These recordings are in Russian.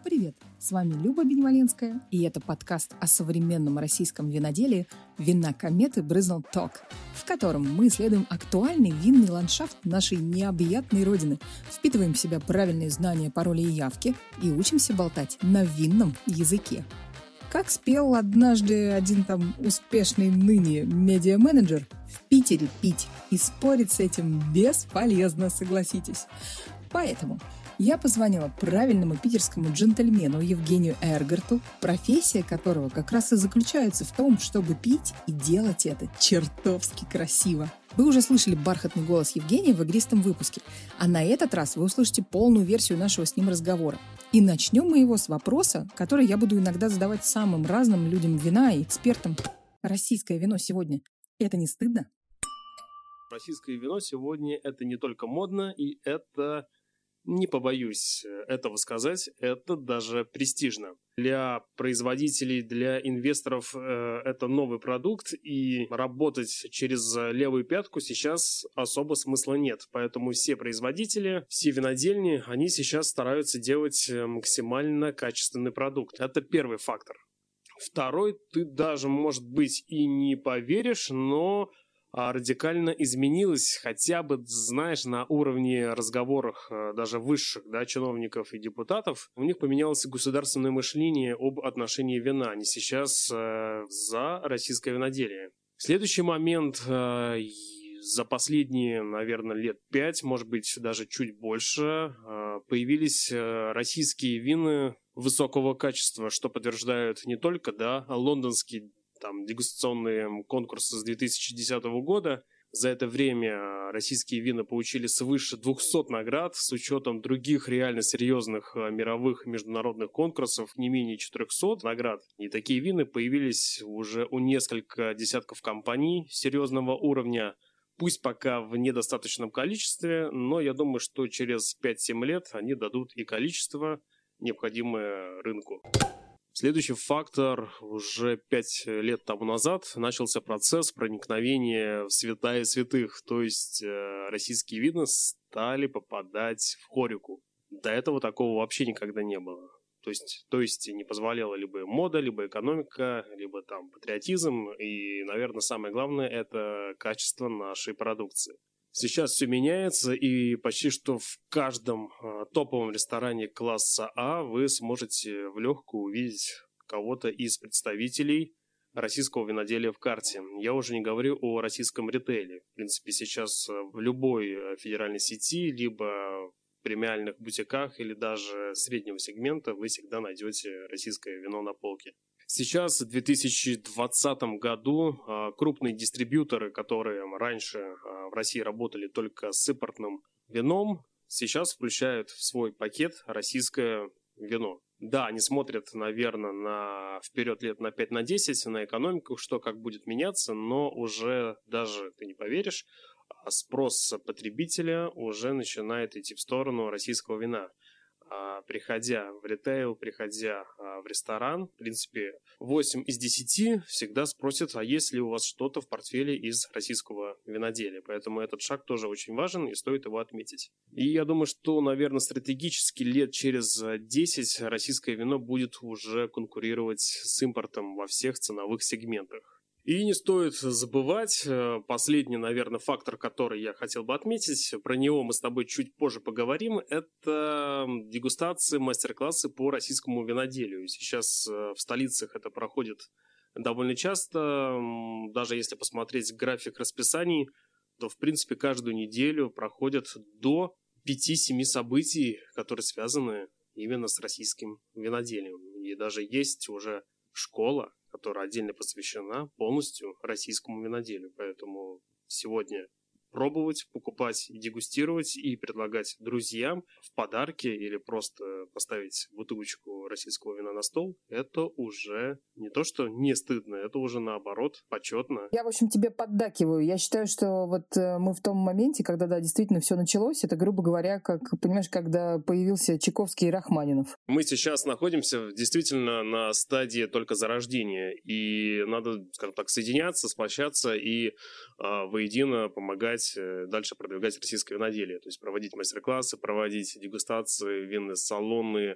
привет! С вами Люба Беневоленская, и это подкаст о современном российском виноделии «Вина кометы Брызнл Ток», в котором мы исследуем актуальный винный ландшафт нашей необъятной родины, впитываем в себя правильные знания, пароли и явки и учимся болтать на винном языке. Как спел однажды один там успешный ныне медиа-менеджер, в Питере пить и спорить с этим бесполезно, согласитесь. Поэтому я позвонила правильному питерскому джентльмену Евгению Эргарту, профессия которого как раз и заключается в том, чтобы пить и делать это чертовски красиво. Вы уже слышали бархатный голос Евгения в игристом выпуске, а на этот раз вы услышите полную версию нашего с ним разговора. И начнем мы его с вопроса, который я буду иногда задавать самым разным людям вина и экспертам. Российское вино сегодня – это не стыдно? Российское вино сегодня – это не только модно, и это, не побоюсь этого сказать, это даже престижно. Для производителей, для инвесторов это новый продукт, и работать через левую пятку сейчас особо смысла нет. Поэтому все производители, все винодельни, они сейчас стараются делать максимально качественный продукт. Это первый фактор. Второй, ты даже, может быть, и не поверишь, но радикально изменилось хотя бы, знаешь, на уровне разговоров даже высших, да, чиновников и депутатов. У них поменялось государственное мышление об отношении вина. Они сейчас за российское виноделие. Следующий момент. За последние, наверное, лет 5, может быть, даже чуть больше, появились российские вина высокого качества, что подтверждают не только, да, лондонские дегустационные конкурсы с 2010 года. За это время российские вина получили свыше 200 наград, с учетом других реально серьезных мировых международных конкурсов, не менее 400 наград. И такие вина появились уже у нескольких десятков компаний серьезного уровня. Пусть пока в недостаточном количестве, но я думаю, что через 5-7 лет они дадут и количество, необходимое рынку. Следующий фактор. Уже 5 лет тому назад начался процесс проникновения в святая святых, то есть российские вина стали попадать в хорику. До этого такого вообще никогда не было. То есть не позволяла либо мода, либо экономика, либо патриотизм, и, наверное, самое главное – это качество нашей продукции. Сейчас все меняется, и почти что в каждом топовом ресторане класса А вы сможете в легкую увидеть кого-то из представителей российского виноделия в карте. Я уже не говорю о российском ритейле. В принципе, сейчас в любой федеральной сети, либо в премиальных бутиках или даже среднего сегмента вы всегда найдете российское вино на полке. Сейчас, в 2020 году, крупные дистрибьюторы, которые раньше в России работали только с импортным вином, сейчас включают в свой пакет российское вино. Да, они смотрят, наверное, вперед лет на 5-10, на экономику, что как будет меняться, но уже даже, ты не поверишь, спрос потребителя уже начинает идти в сторону российского вина. Приходя в ритейл, приходя в ресторан, в принципе, 8 из 10 всегда спросят, а есть ли у вас что-то в портфеле из российского виноделия. Поэтому этот шаг тоже очень важен и стоит его отметить. И я думаю, что, наверное, стратегически лет через 10 российское вино будет уже конкурировать с импортом во всех ценовых сегментах. И не стоит забывать, последний, наверное, фактор, который я хотел бы отметить, про него мы с тобой чуть позже поговорим, это дегустации, мастер-классы по российскому виноделию. Сейчас в столицах это проходит довольно часто, даже если посмотреть график расписаний, то, в принципе, каждую неделю проходят до 5-7 событий, которые связаны именно с российским виноделием. И даже есть уже школа, которая отдельно посвящена полностью российскому виноделию. Поэтому сегодня пробовать, покупать и дегустировать и предлагать друзьям в подарки или просто поставить бутылочку российского вина на стол, это уже не то, что не стыдно, это уже наоборот почетно. Я, в общем, тебе поддакиваю. Я считаю, что вот мы в том моменте, когда, да, действительно все началось, это, грубо говоря, как, понимаешь, когда появился Чайковский и Рахманинов. Мы сейчас находимся действительно на стадии только зарождения, и надо, скажем так, соединяться, сплощаться и воедино помогать дальше продвигать российское виноделие. То есть проводить мастер-классы, проводить дегустации, винные салоны,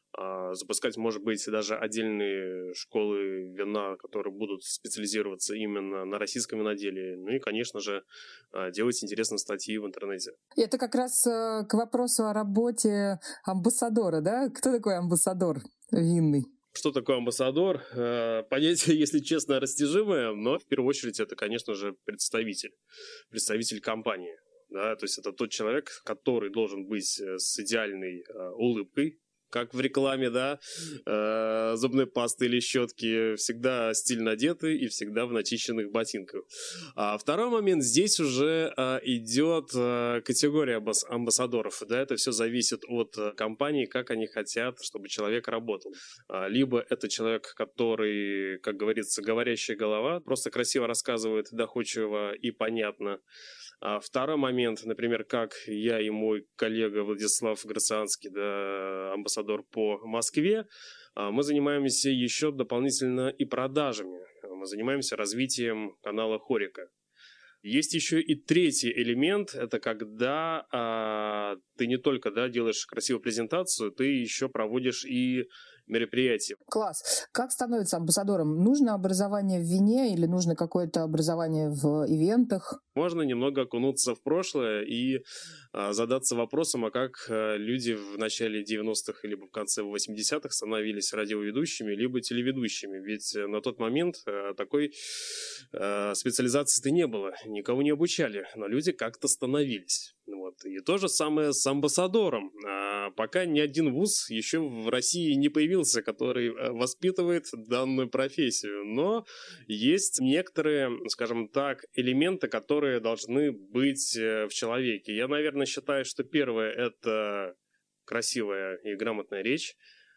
запускать, может быть, даже отдельные школы вина, которые будут специализироваться именно на российском виноделии. Ну и, конечно же, делать интересные статьи в интернете. Это как раз к вопросу о работе амбассадора, да? Кто такой амбассадор винный? Что такое амбассадор? Понятие, если честно, растяжимое, но в первую очередь это, конечно же, представитель компании. Да? То есть это тот человек, который должен быть с идеальной улыбкой, как в рекламе, да, зубной пасты или щетки, всегда стильно одеты и всегда в начищенных ботинках. А второй момент, здесь уже идет категория амбассадоров, да, это все зависит от компании, как они хотят, чтобы человек работал. Либо это человек, который, как говорится, говорящая голова, просто красиво рассказывает, доходчиво и понятно. А второй момент, например, как я и мой коллега Владислав Грацианский, да, амбассадор по Москве, мы занимаемся еще дополнительно и продажами. Мы занимаемся развитием канала Хорика. Есть еще и третий элемент, это когда ты не только делаешь красивую презентацию, ты еще проводишь и мероприятия. Класс. Как становится амбассадором? Нужно образование в вине или нужно какое-то образование в ивентах? Можно немного окунуться в прошлое и задаться вопросом, а как люди в начале 90-х либо в конце 80-х становились радиоведущими либо телеведущими. Ведь на тот момент такой специализации-то не было, никого не обучали, но люди как-то становились. Вот. И то же самое с амбассадором. Пока ни один вуз еще в России не появился, который воспитывает данную профессию. Но есть некоторые, скажем так, элементы, которые должны быть в человеке. Я, наверное, считаю, что первое – это красивая и грамотная речь,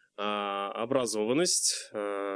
образованность,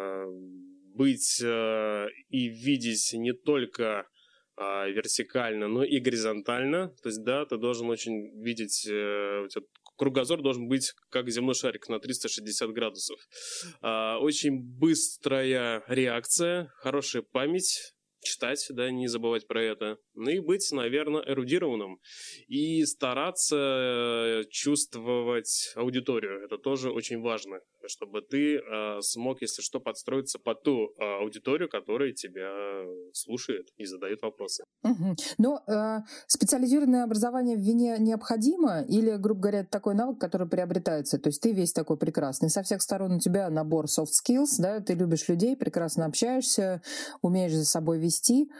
быть и видеть не только вертикально, но и горизонтально. То есть, да, ты должен очень видеть, у тебя кругозор должен быть как земной шарик на 360 градусов. Очень быстрая реакция, хорошая память, читать, да, не забывать про это. Ну и быть, наверное, эрудированным. И стараться чувствовать аудиторию. Это тоже очень важно, чтобы ты смог, если что, подстроиться под ту аудиторию, которая тебя слушает и задает вопросы. Угу. Но специализированное образование в вине необходимо или, грубо говоря, это такой навык, который приобретается? То есть ты весь такой прекрасный. Со всех сторон у тебя набор soft skills, да, ты любишь людей, прекрасно общаешься, умеешь за собой вести,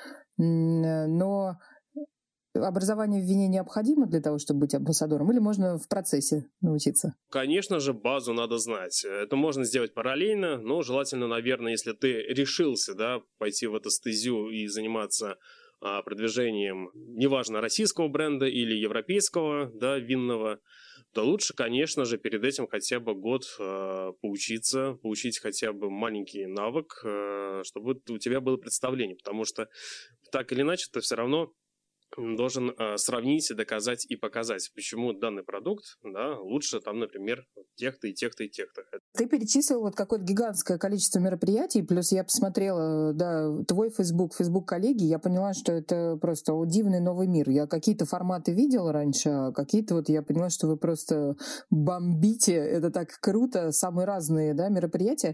но образование в вине необходимо для того, чтобы быть амбассадором, или можно в процессе научиться? Конечно же, базу надо знать. Это можно сделать параллельно, но желательно, наверное, если ты решился, да, пойти в эту стезю и заниматься продвижением, неважно, российского бренда или европейского, да, винного, то лучше, конечно же, перед этим хотя бы год поучиться, получить хотя бы маленький навык, чтобы у тебя было представление, потому что так или иначе ты все равно должен сравнить, доказать и показать, почему данный продукт, да, лучше там, например, тех-то и тех-то и тех-то. Ты перечислил вот какое-то гигантское количество мероприятий, плюс я посмотрела, да, твой Facebook коллеги, я поняла, что это просто дивный новый мир. Я какие-то форматы видела раньше, а какие-то вот я поняла, что вы просто бомбите, это так круто, самые разные, да, мероприятия.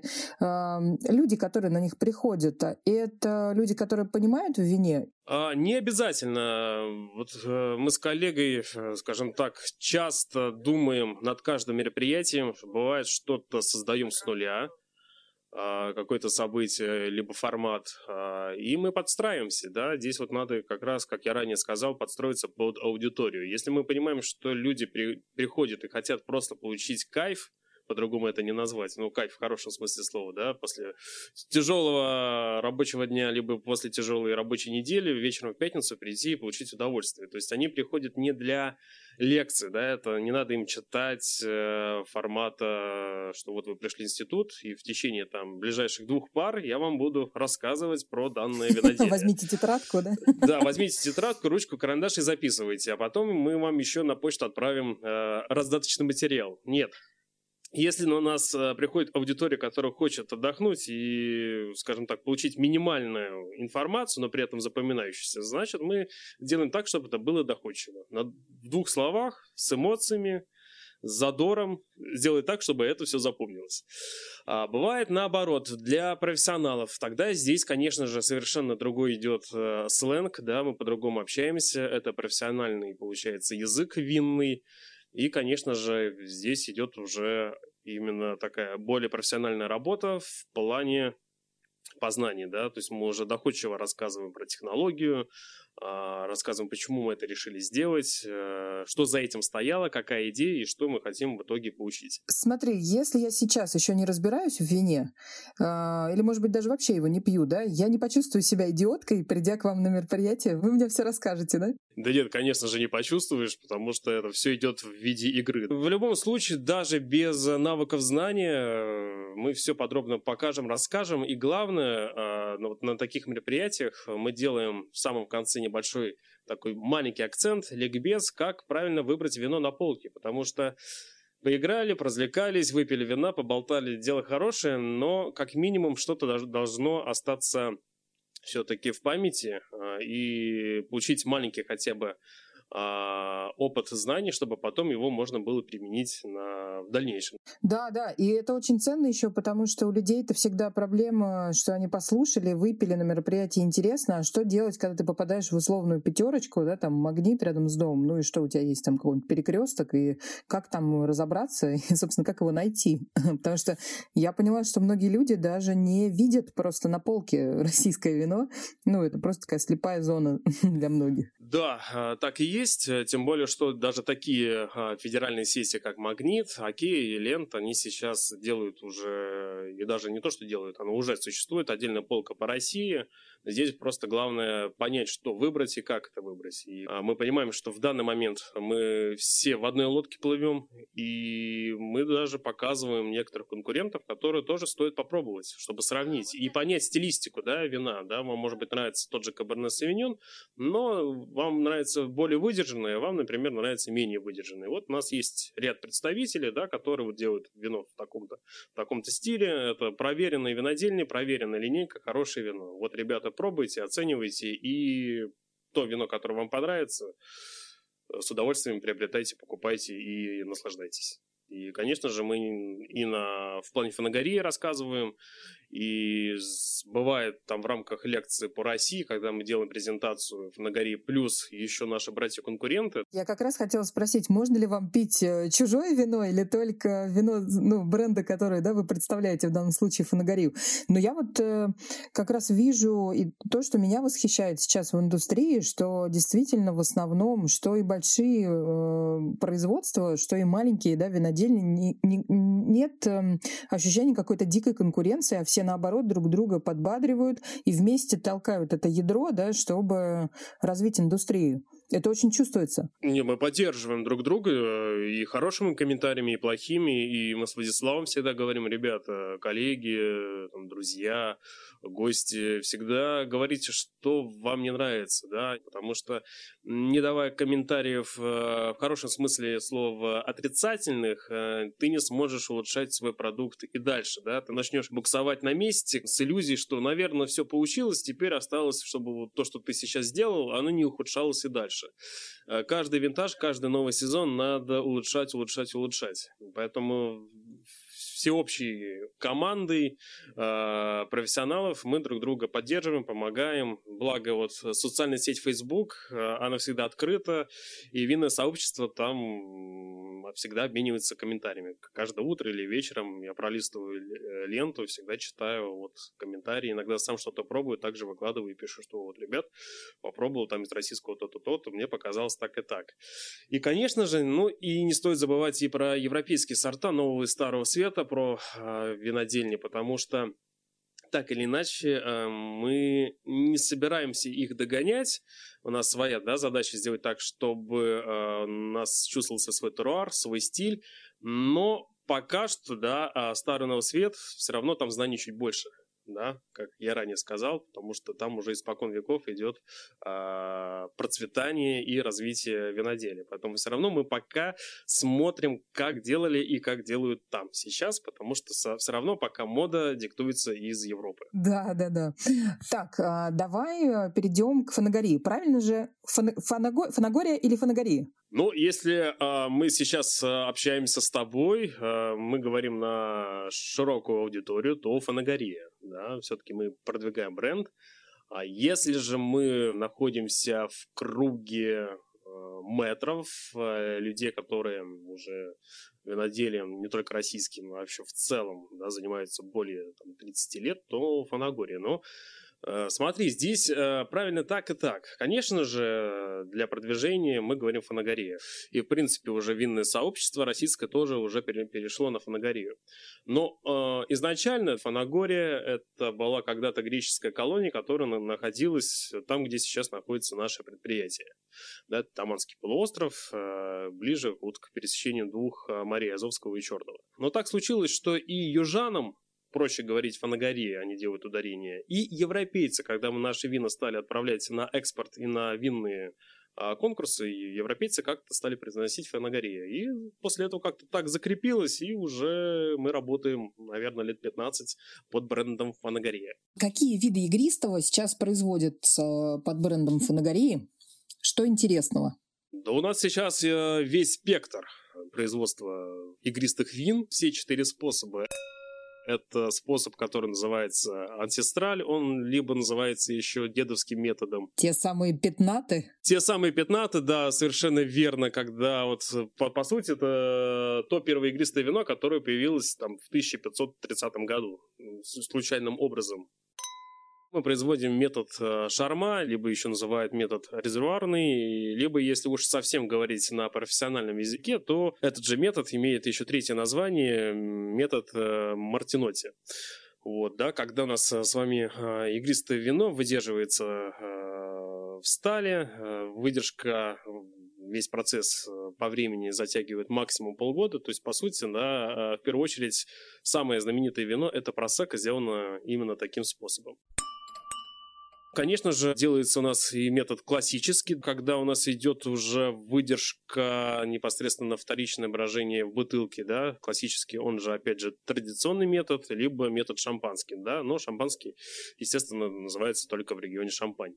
Люди, которые на них приходят, это люди, которые понимают в вине? Не обязательно. Вот мы с коллегой, скажем так, часто думаем над каждым мероприятием. Бывает, что-то создаем с нуля, какое-то событие, либо формат, и мы подстраиваемся, да, здесь вот надо как раз, как я ранее сказал, подстроиться под аудиторию. Если мы понимаем, что люди приходят и хотят просто получить кайф, по-другому это не назвать, ну, кайф в хорошем смысле слова, да, после тяжелого рабочего дня, либо после тяжелой рабочей недели вечером в пятницу прийти и получить удовольствие. То есть они приходят не для лекции, да, это не надо им читать формата, что вот вы пришли в институт, и в течение там ближайших 2 пар я вам буду рассказывать про данное виноделие. Возьмите тетрадку, да? Да, возьмите тетрадку, ручку, карандаш и записывайте, а потом мы вам еще на почту отправим раздаточный материал. Нет. Если у нас приходит аудитория, которая хочет отдохнуть и, скажем так, получить минимальную информацию, но при этом запоминающуюся, значит, мы делаем так, чтобы это было доходчиво. В 2 словах, с эмоциями, с задором сделать так, чтобы это все запомнилось. Бывает наоборот, для профессионалов. Тогда здесь, конечно же, совершенно другой идет сленг, да, мы по-другому общаемся. Это профессиональный, получается, язык винный. И, конечно же, здесь идет уже именно такая более профессиональная работа в плане познания, да, то есть мы уже доходчиво рассказываем про технологию, рассказываем, почему мы это решили сделать, что за этим стояло, какая идея и что мы хотим в итоге получить. Смотри, если я сейчас еще не разбираюсь в вине, или, может быть, даже вообще его не пью, да, я не почувствую себя идиоткой, придя к вам на мероприятие, вы мне все расскажете, да? Да нет, конечно же, не почувствуешь, потому что это все идет в виде игры. В любом случае, даже без навыков знания мы все подробно покажем, расскажем. И главное, вот на таких мероприятиях мы делаем в самом конце небольшой такой маленький акцент, ликбез, как правильно выбрать вино на полке. Потому что поиграли, поразвлекались, выпили вина, поболтали, дело хорошее, но как минимум что-то должно остаться все-таки в памяти и получить маленький хотя бы опыт знаний, чтобы потом его можно было применить в дальнейшем. Да, и это очень ценно еще, потому что у людей это всегда проблема, что они послушали, выпили на мероприятии, интересно, а что делать, когда ты попадаешь в условную пятерочку, да, там магнит рядом с домом, ну и что у тебя есть там какой-нибудь перекресток, и как там разобраться, и, собственно, как его найти. Потому что я поняла, что многие люди даже не видят просто на полке российское вино, ну это просто такая слепая зона для многих. Да, так и есть, тем более, что даже такие федеральные сети, как Магнит, Окей и Лент, они сейчас делают уже, и даже не то, что делают, оно уже существует, отдельная полка по России. Здесь просто главное понять, что выбрать и как это выбрать. И мы понимаем, что в данный момент мы все в одной лодке плывем, и мы даже показываем некоторых конкурентов, которые тоже стоит попробовать, чтобы сравнить и понять стилистику, да, вина. Да, вам, может быть, нравится тот же Каберне Савиньон, но вам нравится более выдержанное, а вам, например, нравится менее выдержанное. Вот у нас есть ряд представителей, да, которые вот делают вино в таком-то стиле. Это проверенные винодельни, проверенная линейка, хорошее вино. Вот, ребята, пробуйте, оценивайте, и то вино, которое вам понравится, с удовольствием приобретайте, покупайте и наслаждайтесь. И, конечно же, мы в плане фанагории рассказываем, и бывает там в рамках лекции по России, когда мы делаем презентацию фанагории, плюс еще наши братья-конкуренты. Я как раз хотела спросить, можно ли вам пить чужое вино или только вино, бренда, который, да, вы представляете в данном случае фанагорию. Но я вот как раз вижу и то, что меня восхищает сейчас в индустрии, что действительно в основном, что и большие производства, что и маленькие, да, винодельни, нет ощущения какой-то дикой конкуренции, а все наоборот друг друга подбадривают и вместе толкают это ядро, да, чтобы развить индустрию. Это очень чувствуется. Мы поддерживаем друг друга и хорошими комментариями, и плохими. И мы с Владиславом всегда говорим: ребята, коллеги, друзья, гости, всегда говорите, что вам не нравится, да, потому что, не давая комментариев в хорошем смысле слова отрицательных, ты не сможешь улучшать свой продукт и дальше, да, ты начнешь буксовать на месте с иллюзией, что, наверное, все получилось, теперь осталось, чтобы вот то, что ты сейчас сделал, оно не ухудшалось и дальше. Каждый винтаж, каждый новый сезон надо улучшать. Поэтому всеобщей командой профессионалов мы друг друга поддерживаем, помогаем. Благо вот социальная сеть Facebook, она всегда открыта, и винное сообщество там всегда обменивается комментариями. Каждое утро или вечером я пролистываю ленту, всегда читаю вот комментарии. Иногда сам что-то пробую, также выкладываю и пишу, что вот, ребят, попробовал там из российского то-то, мне показалось так и так. И, конечно же, и не стоит забывать и про европейские сорта нового и старого света, про винодельни, потому что так или иначе мы не собираемся их догонять. У нас своя, да, задача сделать так, чтобы у нас чувствовался свой теруар, свой стиль, но пока что, да, старый новый свет, все равно там знаний чуть больше. Да, как я ранее сказал, потому что там уже испокон веков идет процветание и развитие виноделия. Поэтому все равно мы пока смотрим, как делали и как делают там сейчас, потому что все равно пока мода диктуется из Европы. Да. Так, давай перейдем к фанагории. Правильно же? Фанагория или фанагория? Ну, если мы сейчас общаемся с тобой, мы говорим на широкую аудиторию, то Фанагория, да, все-таки мы продвигаем бренд. А если же мы находимся в круге мэтров, людей, которые уже виноделием не только российским, а вообще в целом, да, занимаются более 30 лет, то Фанагория. Но смотри, здесь правильно так и так. Конечно же, для продвижения мы говорим Фанагория. И, в принципе, уже винное сообщество российское тоже уже перешло на Фанагорию. Но изначально Фанагория это была когда-то греческая колония, которая находилась там, где сейчас находится наше предприятие. Да, это Таманский полуостров, ближе вот к пересечению двух морей, Азовского и Черного. Но так случилось, что и южанам проще говорить Фанагория, они делают ударение. И европейцы, когда мы наши вина стали отправлять на экспорт и на винные конкурсы, и европейцы как-то стали произносить Фанагория. И после этого как-то так закрепилось, и уже мы работаем, наверное, лет 15 под брендом Фанагория. Какие виды игристого сейчас производятся под брендом Фанагории? Что интересного? Да у нас сейчас весь спектр производства игристых вин, все 4 способа. Это способ, который называется ансестраль, он либо называется еще дедовским методом. Те самые пятнаты? Те самые пятнаты, да, совершенно верно, когда вот, по сути, это то первое игристое вино, которое появилось там в 1530 году, случайным образом. Мы производим метод шарма, либо еще называют метод резервуарный, либо, если уж совсем говорить на профессиональном языке, то этот же метод имеет еще третье название, метод Мартинотти. Вот, да, когда у нас с вами игристое вино выдерживается в стали, выдержка, весь процесс по времени затягивает максимум полгода, то есть, по сути, да, в первую очередь, самое знаменитое вино – это просекко, сделано именно таким способом. Конечно же, делается у нас и метод классический, когда у нас идет уже выдержка непосредственно вторичное брожение в бутылке, да, классический, он же, опять же, традиционный метод, либо метод шампанский, да, но шампанский, естественно, называется только в регионе Шампань.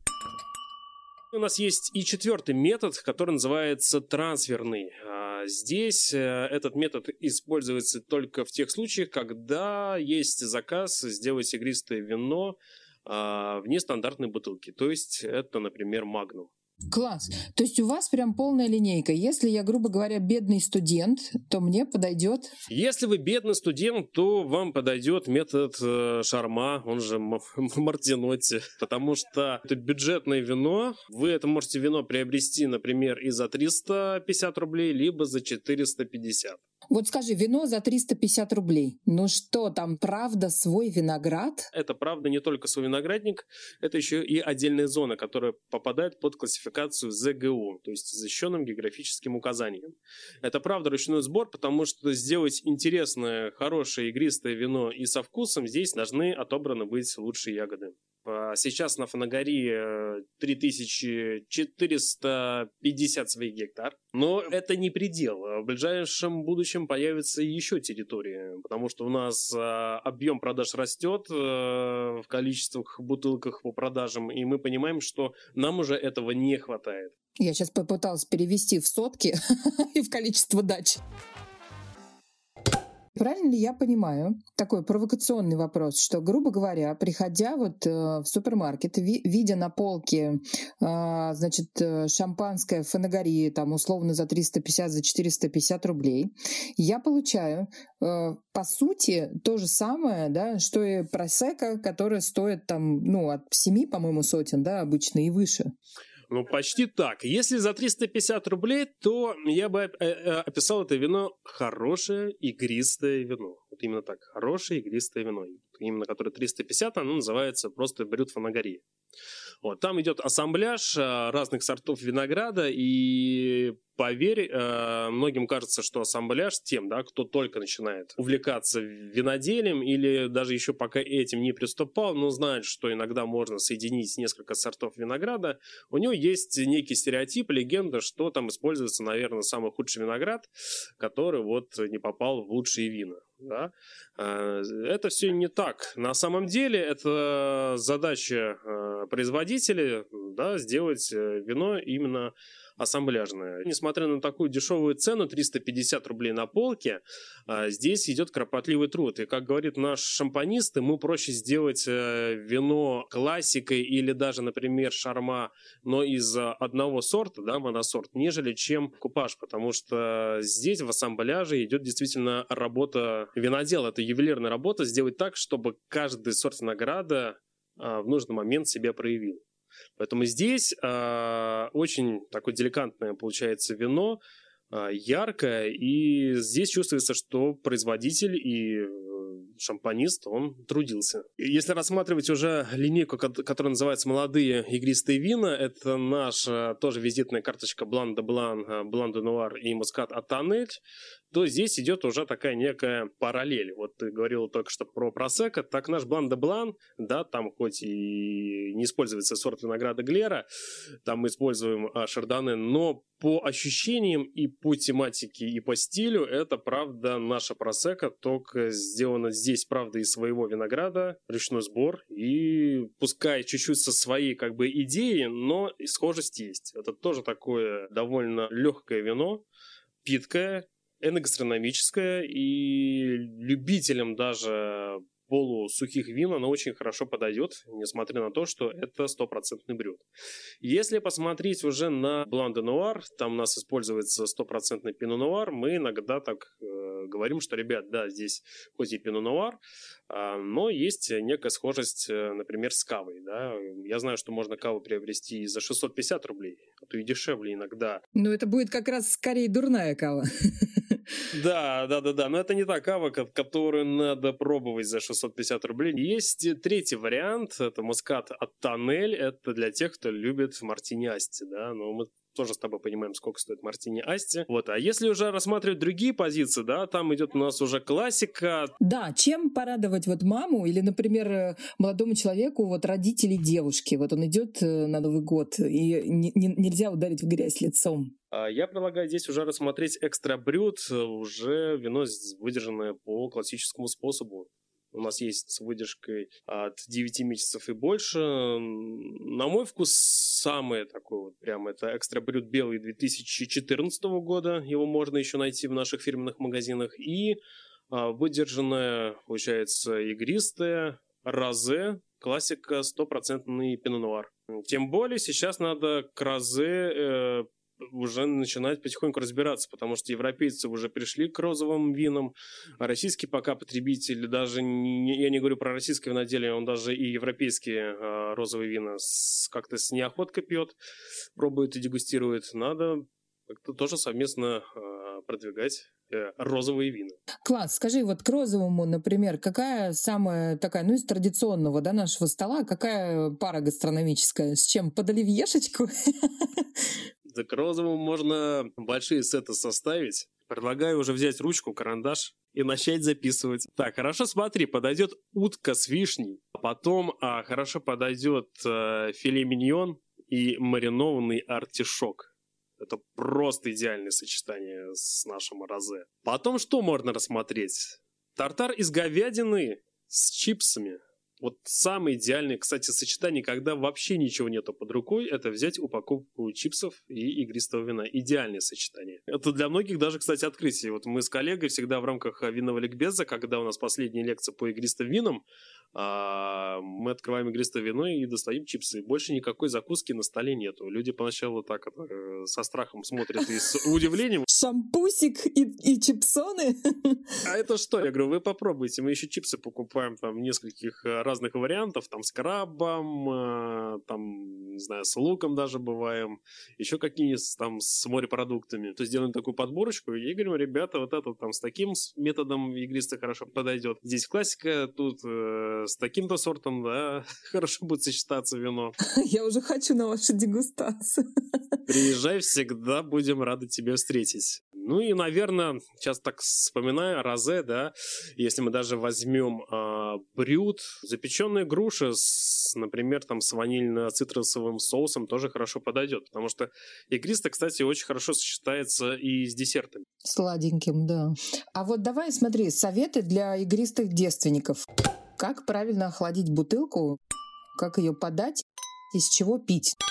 У нас есть и четвертый метод, который называется трансферный. Здесь этот метод используется только в тех случаях, когда есть заказ сделать игристое вино в нестандартной бутылке. То есть это, например, Магнум. Класс. То есть у вас прям полная линейка. Если я, грубо говоря, бедный студент, то мне подойдет... Если вы бедный студент, то вам подойдет метод шарма, он же Мартинотти, потому что это бюджетное вино. Вы это можете вино приобрести, например, и за 350 рублей, либо за 450. Вот скажи, вино за 350 рублей. Ну что, там правда свой виноград? Это правда не только свой виноградник, это еще и отдельная зона, которая попадает под классификацию ЗГУ, то есть защищенным географическим указанием. Это правда ручной сбор, потому что сделать интересное, хорошее игристое вино и со вкусом здесь должны отобраны быть лучшие ягоды. Сейчас на Фанагории 3450 своих гектар. Но это не предел. В ближайшем будущем появится еще территории, потому что у нас объем продаж растет в количествах бутылках по продажам, и мы понимаем, что нам уже этого не хватает. Я сейчас попыталась перевести в сотки и в количество дач. Правильно ли я понимаю, такой провокационный вопрос, что, грубо говоря, приходя вот в супермаркет, видя на полке, значит, шампанское Фанагории, там, условно, за 350, за 450 рублей, я получаю, по сути, то же самое, да, что и просекко, которое стоит, там, ну, от 7, по-моему, сотен, да, обычно и выше. Ну, почти так. Если за 350 рублей, то я бы описал это вино хорошее игристое вино. Вот именно так. Хорошее игристое вино. Именно которое 350, оно называется просто Брют Фанагории. Вот, там идет ассамбляж разных сортов винограда, и поверь, многим кажется, что ассамбляж тем, да, кто только начинает увлекаться виноделием или даже еще пока этим не приступал, но знает, что иногда можно соединить несколько сортов винограда, у него есть некий стереотип, легенда, что там используется, наверное, самый худший виноград, который вот не попал в лучшие вина. Да? Это все не так. На самом деле это задача производителей, да, сделать вино именно ассамбляжное. Несмотря на такую дешевую цену, 350 рублей на полке, здесь идет кропотливый труд. И, как говорит наш шампанист, ему проще сделать вино классикой или даже, например, шарма, но из одного сорта, да, моносорт, нежели чем купаж, потому что здесь в ассамбляже идет действительно работа винодела. Это ювелирная работа, сделать так, чтобы каждый сорт винограда в нужный момент себя проявил. Поэтому здесь очень такое деликатное получается вино, яркое, и здесь чувствуется, что производитель и шампанист, он трудился. Если рассматривать уже линейку, которая называется «Молодые игристые вина», это наша тоже визитная карточка Блан де Блан, Блан де Нуар и Мускат Атоннель, то здесь идет уже такая некая параллель. Вот ты говорил только что про просекко, так наш Блан де Блан, да, там хоть и не используется сорт винограда Глера, там мы используем шардоне, но по ощущениям и по тематике, и по стилю это, правда, наша просекко, только сделано здесь, правда, из своего винограда, ручной сбор, и пускай чуть-чуть со своей как бы идеей, но и схожесть есть. Это тоже такое довольно легкое вино, питкое, эногастрономическое, и любителям даже полусухих вин оно очень хорошо подойдет, несмотря на то, что это стопроцентный брют. Если посмотреть уже на Блан де Нуар, там у нас используется стопроцентный пино нуар, мы иногда так говорим, что, ребят, да, здесь хоть и пино нуар, но есть некая схожесть, например, с кавой. Да? Я знаю, что можно каву приобрести за 650 рублей, а то и дешевле иногда. Но это будет как раз скорее дурная кава. Да, но это не та кава, которую надо пробовать за 650 рублей. Есть третий вариант, это Мускат Атоннель, это для тех, кто любит мартини асти, да, но мы тоже с тобой понимаем, сколько стоит мартини асти. Вот, а если уже рассматривать другие позиции, да, там идет у нас уже классика. Да, чем порадовать вот маму или, например, молодому человеку, вот родителей девушки, вот он идет на Новый год, и нельзя ударить в грязь лицом. Я предлагаю здесь уже рассмотреть экстра брют, уже вино выдержанное по классическому способу. У нас есть с выдержкой от 9 месяцев и больше. На мой вкус, самое такое вот прям это экстра брют белый 2014 года. Его можно еще найти в наших фирменных магазинах. И выдержанное, получается, игристое розе, классика, стопроцентный пино нуар. Тем более сейчас надо к розе уже начинать потихоньку разбираться, потому что европейцы уже пришли к розовым винам, а российский пока потребитель, даже я не говорю про российское виноделие, он даже и европейские розовые вина как-то с неохоткой пьет, пробует и дегустирует. Надо как-то тоже совместно продвигать розовые вина. Класс. Скажи, вот к розовому, например, какая самая такая, ну, из традиционного, да, нашего стола, какая пара гастрономическая? С чем? Под оливьешечку? Да, к розовому можно большие сеты составить. Предлагаю уже взять ручку, карандаш и начать записывать. Так, хорошо, смотри, подойдет утка с вишней, а потом хорошо подойдет филе миньон и маринованный артишок. Это просто идеальное сочетание с нашим розе. Потом что можно рассмотреть? Тартар из говядины с чипсами. Вот самое идеальное, кстати, сочетание, когда вообще ничего нету под рукой, это взять упаковку чипсов и игристого вина. Идеальное сочетание. Это для многих даже, кстати, открытие. Вот мы с коллегой всегда в рамках винного ликбеза, когда у нас последняя лекция по игристым винам, мы открываем игристое вино и достаем чипсы. Больше никакой закуски на столе нету. Люди поначалу так со страхом смотрят и с удивлением. Шампусик и чипсоны? А это что? Я говорю, вы попробуйте. Мы еще чипсы покупаем там нескольких разных вариантов. Там с крабом, там, не знаю, с луком даже бываем. Еще какие-нибудь там с морепродуктами. То есть делаем такую подборочку и говорим, ребята, вот это там с таким методом игристо хорошо подойдет. Здесь классика, тут с таким-то сортом, да, хорошо будет сочетаться вино. Я уже хочу на вашу дегустацию. Приезжай, всегда будем рады тебя встретить. Ну и, наверное, сейчас так вспоминаю, розе, да, если мы даже возьмем брют, запеченная груша, например, там с ванильно-цитрусовым соусом тоже хорошо подойдет, потому что игристо, кстати, очень хорошо сочетается и с десертами. Сладеньким, да. А вот давай, смотри, советы для игристых девственников. Как правильно охладить бутылку, как ее подать, из чего пить?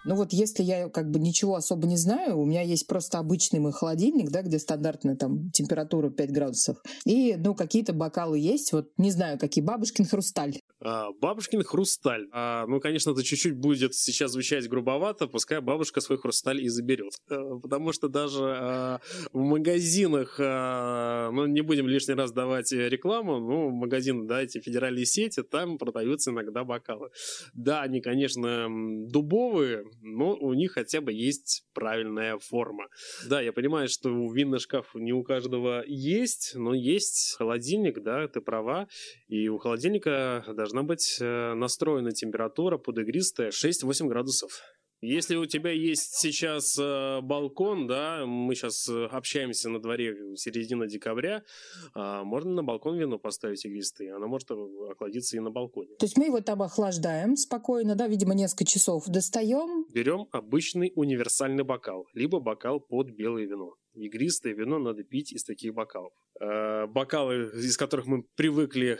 Ну вот если я как бы ничего особо не знаю, у меня есть просто обычный мой холодильник, да, где стандартная там температура 5 градусов, и, ну, какие-то бокалы есть, вот не знаю, какие, бабушкин хрусталь. Бабушкин хрусталь. Ну, конечно, это чуть-чуть будет сейчас звучать грубовато, пускай бабушка свой хрусталь и заберет. Потому что даже в магазинах, ну, не будем лишний раз давать рекламу, но магазины, да, эти федеральные сети, там продаются иногда бокалы. Да, они, конечно, дубовые, но у них хотя бы есть правильная форма. Да, я понимаю, что винный шкаф не у каждого есть, но есть холодильник, да, ты права, и у холодильника должна быть настроена температура подигристая 6-8 градусов. Если у тебя есть сейчас балкон, да, мы сейчас общаемся на дворе середина декабря, можно на балкон вино поставить игристое, оно может охладиться и на балконе. То есть мы его там охлаждаем спокойно, да, видимо, несколько часов, достаем. Берем обычный универсальный бокал, либо бокал под белое вино. Игристое вино надо пить из таких бокалов. Бокалы, из которых мы привыкли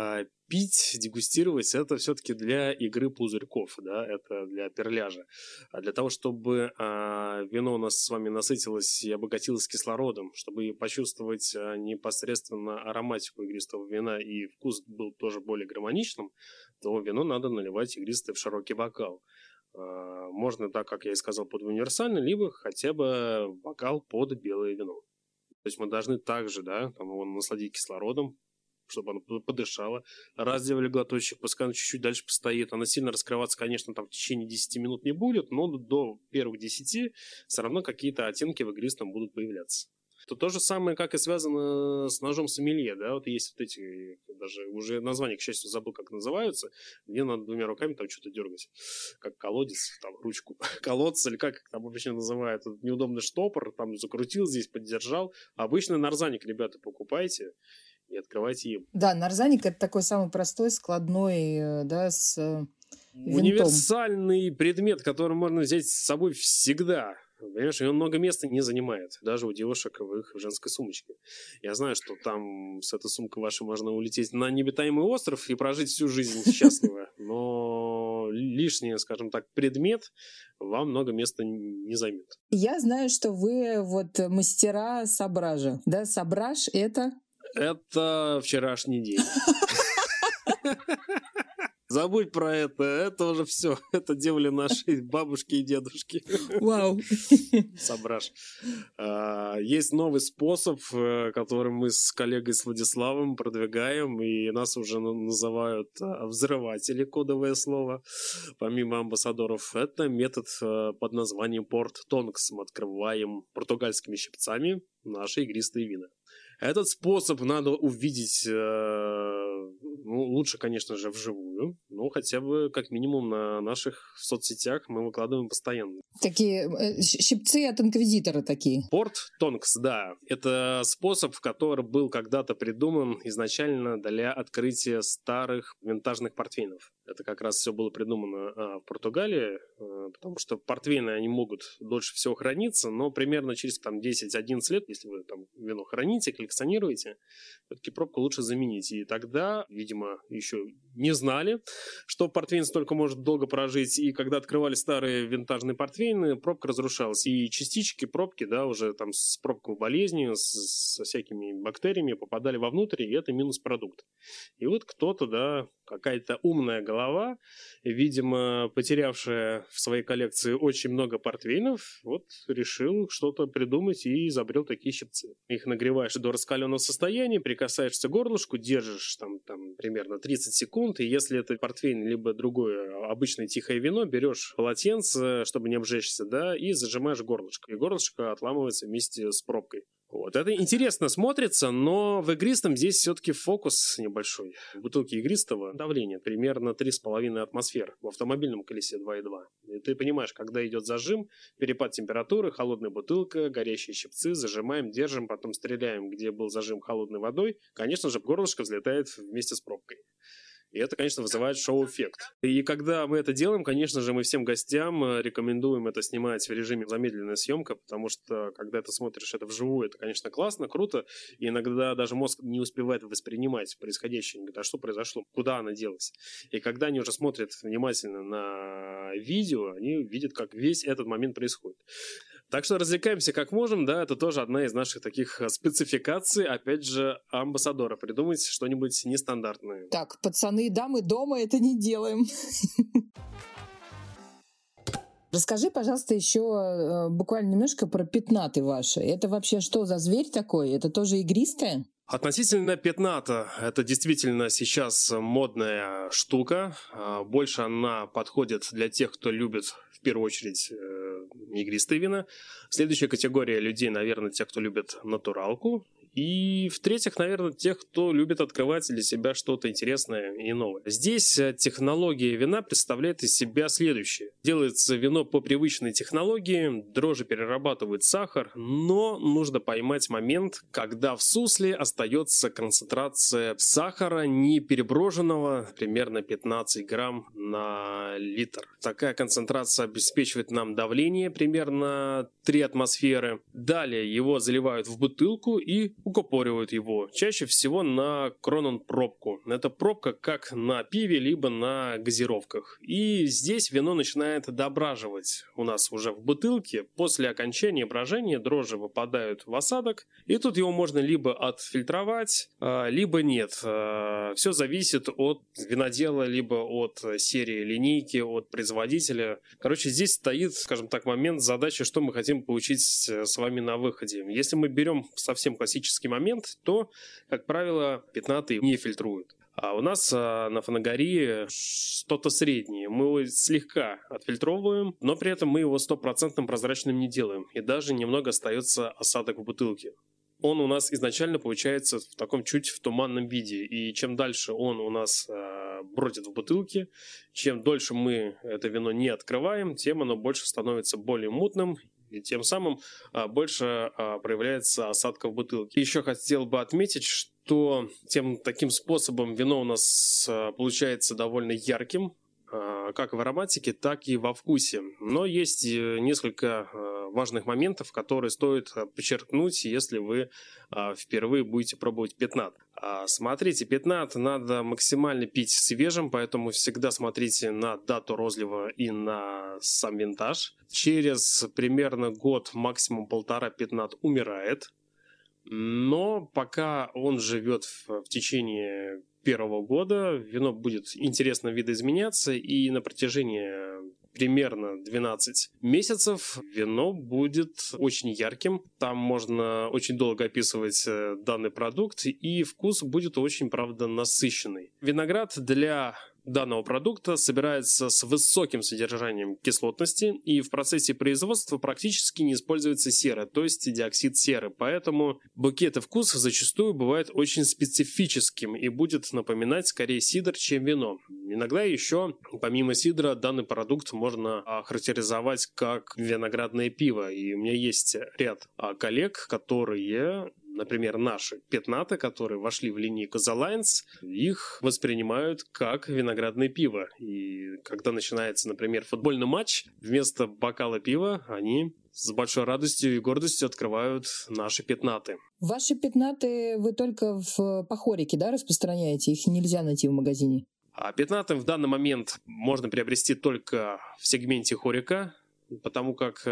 пить, дегустировать, это все-таки для игры пузырьков, да, это для перляжа. А для того, чтобы вино у нас с вами насытилось и обогатилось кислородом, чтобы почувствовать непосредственно ароматику игристого вина и вкус был тоже более гармоничным, то вино надо наливать игристое в широкий бокал. Можно, так как я и сказал, под универсальный, либо хотя бы бокал под белое вино. То есть мы должны также, да, там его насладить кислородом, чтобы оно подышало. Раз сделали глоточек, пускай оно чуть-чуть дальше постоит. Она сильно раскрываться, конечно, там в течение 10 минут не будет, но до первых 10 все равно какие-то оттенки в игристом будут появляться. То то же самое, как и связано с ножом сомелье, да, вот есть вот эти, даже уже названия, к счастью, забыл, как называются, где надо двумя руками там что-то дергать, как колодец, там, ручку колодца, или как там обычно называют, этот неудобный штопор, там закрутил здесь, поддержал. Обычный нарзаник, ребята, покупайте и открывайте им. Да, нарзаник — это такой самый простой, складной, да, с винтом. Универсальный предмет, который можно взять с собой всегда. Понимаешь, он много места не занимает, даже у девушек в их женской сумочке. Я знаю, что там с этой сумкой вашей можно улететь на необитаемый остров и прожить всю жизнь счастливо, но лишний, скажем так, предмет вам много места не займет. Я знаю, что вы вот мастера сабража, да, сабраж — это... Это вчерашний день. Забудь про это уже все. Это делали наши бабушки и дедушки. Вау. Сабраж. Есть новый способ, который мы с коллегой с Владиславом продвигаем, и нас уже называют взрыватели, кодовое слово, помимо амбассадоров. Это метод под названием Порт Тонкс. Мы открываем португальскими щипцами наши игристые вина. Этот способ надо увидеть, ну, лучше, конечно же, вживую, но хотя бы как минимум на наших соцсетях мы выкладываем постоянно. Такие щипцы от инквизитора такие. Порт Тонкс, да. Это способ, который был когда-то придуман изначально для открытия старых винтажных портвейнов. Это как раз все было придумано в Португалии, потому что портвейны, они могут дольше всего храниться, но примерно через там, 10-11 лет, если вы там вино храните, коллекционируете, все-таки пробку лучше заменить. И тогда, видимо, еще не знали, что портвейн столько может долго прожить, и когда открывали старые винтажные портвейны, пробка разрушалась. И частички пробки, да, уже там с пробковой болезнью, со всякими бактериями попадали вовнутрь, и это минус продукт. И вот кто-то, да, какая-то умная голова, видимо, потерявшая в своей коллекции очень много портвейнов, вот решил что-то придумать и изобрел такие щипцы. Их нагреваешь до раскаленного состояния, прикасаешься к горлышку, держишь там примерно 30 секунд, и если это портвейн либо другое обычное тихое вино, берешь полотенце, чтобы не обжечься, да, и зажимаешь горлышко. И горлышко отламывается вместе с пробкой. Вот. Это интересно смотрится, но в игристом здесь все-таки фокус небольшой. В бутылке игристого давление примерно 3,5 атмосфер, в автомобильном колесе 2,2. И ты понимаешь, когда идет зажим, перепад температуры, холодная бутылка, горящие щипцы, зажимаем, держим, потом стреляем, где был зажим холодной водой. Конечно же, горлышко взлетает вместе с пробкой. И это, конечно, вызывает шоу-эффект. И когда мы это делаем, конечно же, мы всем гостям рекомендуем это снимать в режиме замедленная съемка, потому что, когда ты смотришь это вживую, это, конечно, классно, круто, и иногда даже мозг не успевает воспринимать происходящее. Они говорят, а что произошло, куда она делась? И когда они уже смотрят внимательно на видео, они видят, как весь этот момент происходит. Так что развлекаемся как можем, да, это тоже одна из наших таких спецификаций, опять же, амбассадора, придумать что-нибудь нестандартное. Так, пацаны и дамы, дома это не делаем. Расскажи, пожалуйста, еще буквально немножко про пятнаты ваши. Это вообще что за зверь такой? Это тоже игристое? Относительно пятната, это действительно сейчас модная штука. Больше она подходит для тех, кто любит в первую очередь игристые вина. Следующая категория людей, наверное, те, кто любит натуралку. И в-третьих, наверное, тех, кто любит открывать для себя что-то интересное и новое. Здесь технология вина представляет из себя следующее. Делается вино по привычной технологии, дрожжи перерабатывают сахар, но нужно поймать момент, когда в сусле остается концентрация сахара не переброженного, примерно 15 грамм на литр. Такая концентрация обеспечивает нам давление примерно 3 атмосферы. Далее его заливают в бутылку и укупоривают его. Чаще всего на Кронен-пробку. Это пробка как на пиве, либо на газировках. И здесь вино начинает дображивать у нас уже в бутылке. После окончания брожения дрожжи выпадают в осадок. И тут его можно либо отфильтровать, либо нет. Все зависит от винодела, либо от серии линейки, от производителя. Короче, здесь стоит, скажем так, момент задачи, что мы хотим получить с вами на выходе. Если мы берем совсем классический момент, то, как правило, пятнатые не фильтруют. А у нас на Фанагории что-то среднее. Мы его слегка отфильтровываем, но при этом мы его 100% прозрачным не делаем. И даже немного остается осадок в бутылке. Он у нас изначально получается в таком чуть в туманном виде. И чем дальше он у нас бродит в бутылке, чем дольше мы это вино не открываем, тем оно больше становится более мутным. И тем самым больше проявляется осадка в бутылке. Еще хотел бы отметить, что таким способом вино у нас получается довольно ярким, как в ароматике, так и во вкусе. Но есть несколько важных моментов, которые стоит подчеркнуть, если вы впервые будете пробовать пятнат. Смотрите, пятнат надо максимально пить свежим, поэтому всегда смотрите на дату розлива и на сам винтаж. Через примерно год, максимум полтора, пятнат умирает. Но пока он живет в течение первого года, вино будет интересно видоизменяться, и на протяжении примерно 12 месяцев вино будет очень ярким. Там можно очень долго описывать данный продукт, и вкус будет очень, правда, насыщенный. Виноград для данного продукта собирается с высоким содержанием кислотности, и в процессе производства практически не используется сера, то есть диоксид серы. Поэтому букет и вкус зачастую бывает очень специфическим и будет напоминать скорее сидр, чем вино. Иногда еще, помимо сидра, данный продукт можно охарактеризовать как виноградное пиво. И у меня есть ряд коллег, которые... Например, наши пятнаты, которые вошли в линейку The Lions, их воспринимают как виноградное пиво. И когда начинается, например, футбольный матч, вместо бокала пива они с большой радостью и гордостью открывают наши пятнаты. Ваши пятнаты вы только по хорике, да, распространяете? Их нельзя найти в магазине? А пятнаты в данный момент можно приобрести только в сегменте хорика, потому как...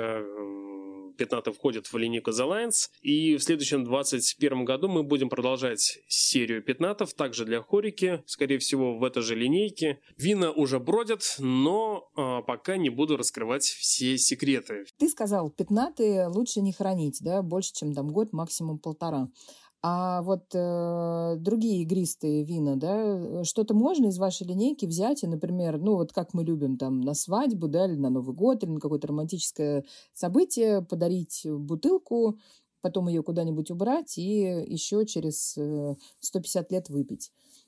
пятнаты входят в линейку The Lions. И в следующем 2021 году мы будем продолжать серию пятнатов, также для хорики, скорее всего, в этой же линейке. Вина уже бродят, но пока не буду раскрывать все секреты. Ты сказал, пятнаты лучше не хранить, да, больше, чем там год, максимум полтора. А вот другие игристые вина, да, что-то можно из вашей линейки взять и, например, ну вот как мы любим там на свадьбу, да, или на Новый год, или на какое-то романтическое событие, подарить бутылку, потом ее куда-нибудь убрать и еще через 150 лет выпить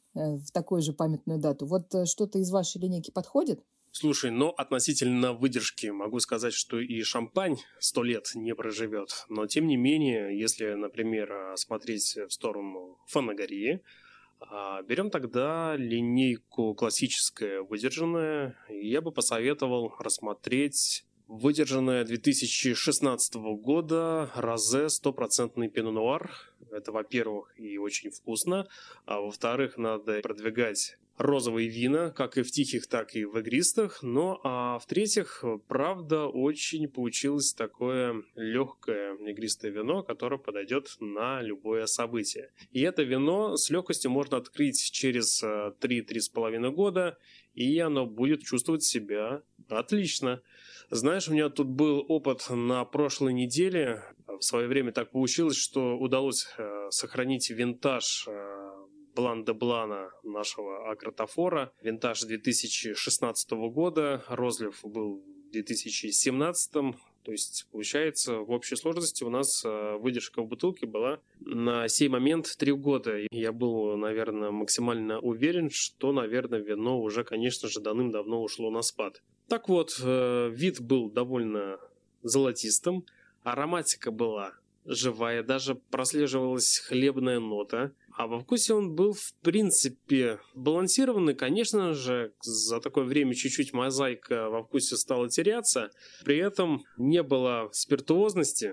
в такую же памятную дату. Вот что-то из вашей линейки подходит? Слушай, но относительно выдержки могу сказать, что и шампань 100 лет не проживет. Но тем не менее, если, например, смотреть в сторону Фанагории, Берем тогда линейку классическое выдержанное. Я бы посоветовал рассмотреть выдержанное 2016 года розе 100% пино нуар. Это, во-первых, и очень вкусно, а во-вторых, надо продвигать розовые вина, как и в тихих, так и в игристых. Ну, а в-третьих, правда, очень получилось такое легкое игристое вино, которое подойдет на любое событие. И это вино с легкостью можно открыть через 3-3,5 года, и оно будет чувствовать себя отлично. Знаешь, у меня тут был опыт на прошлой неделе. В свое время так получилось, что удалось сохранить винтаж Блан де Блана нашего Акротофора. Винтаж 2016 года, розлив был в 2017. То есть, получается, в общей сложности у нас выдержка в бутылке была на сей момент 3 года. И я был, наверное, максимально уверен, что, наверное, вино уже, конечно же, давным-давно ушло на спад. Так вот, вид был довольно золотистым, ароматика была живая, даже прослеживалась хлебная нота. А во вкусе он был, в принципе, балансированный. Конечно же, за такое время чуть-чуть мозаика во вкусе стала теряться. При этом не было спиртуозности.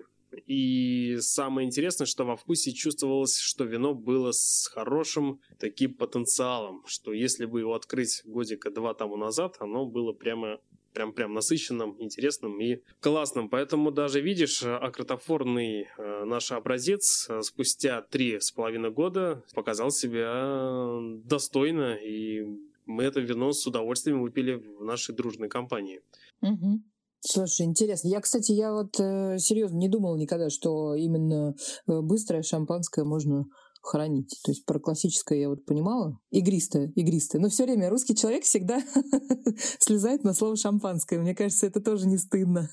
И самое интересное, что во вкусе чувствовалось, что вино было с хорошим таким потенциалом. Что если бы его открыть годика 2 тому назад, оно было прям насыщенным, интересным и классным. Поэтому даже, видишь, акротофорный наш образец спустя 3,5 года показал себя достойно, и мы это вино с удовольствием выпили в нашей дружной компании. Угу. Слушай, интересно. Я серьезно не думала никогда, что именно быстрое шампанское можно хранить. То есть про классическое я понимала. Игристое. Но все время русский человек всегда слезает на слово шампанское. Мне кажется, это тоже не стыдно.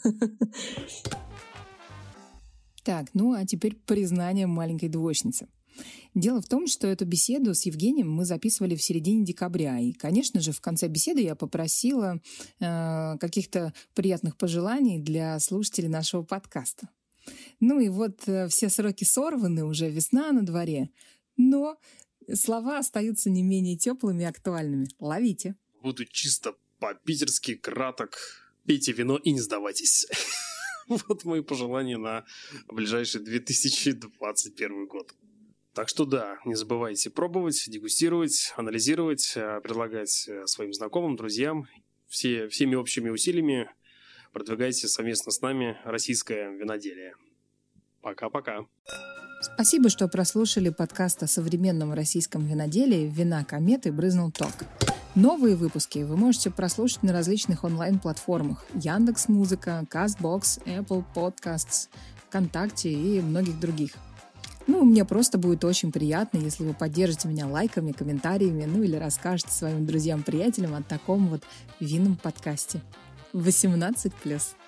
Так, а теперь признание маленькой двоечницы. Дело в том, что эту беседу с Евгением мы записывали в середине декабря. И, конечно же, в конце беседы я попросила каких-то приятных пожеланий для слушателей нашего подкаста. Все сроки сорваны, уже весна на дворе, но слова остаются не менее теплыми и актуальными. Ловите. Буду чисто по-питерски краток. Пейте вино и не сдавайтесь. Вот мои пожелания на ближайший 2021 год. Так что да, не забывайте пробовать, дегустировать, анализировать, предлагать своим знакомым, друзьям. Всеми общими усилиями продвигайте совместно с нами российское виноделие. Пока-пока. Спасибо, что прослушали подкаст о современном российском виноделии «Вина кометы» брызнул ток. Новые выпуски вы можете прослушать на различных онлайн-платформах Яндекс.Музыка, Castbox, Apple Podcasts, ВКонтакте и многих других. Мне просто будет очень приятно, если вы поддержите меня лайками, комментариями, или расскажете своим друзьям-приятелям о таком винном подкасте. 18+.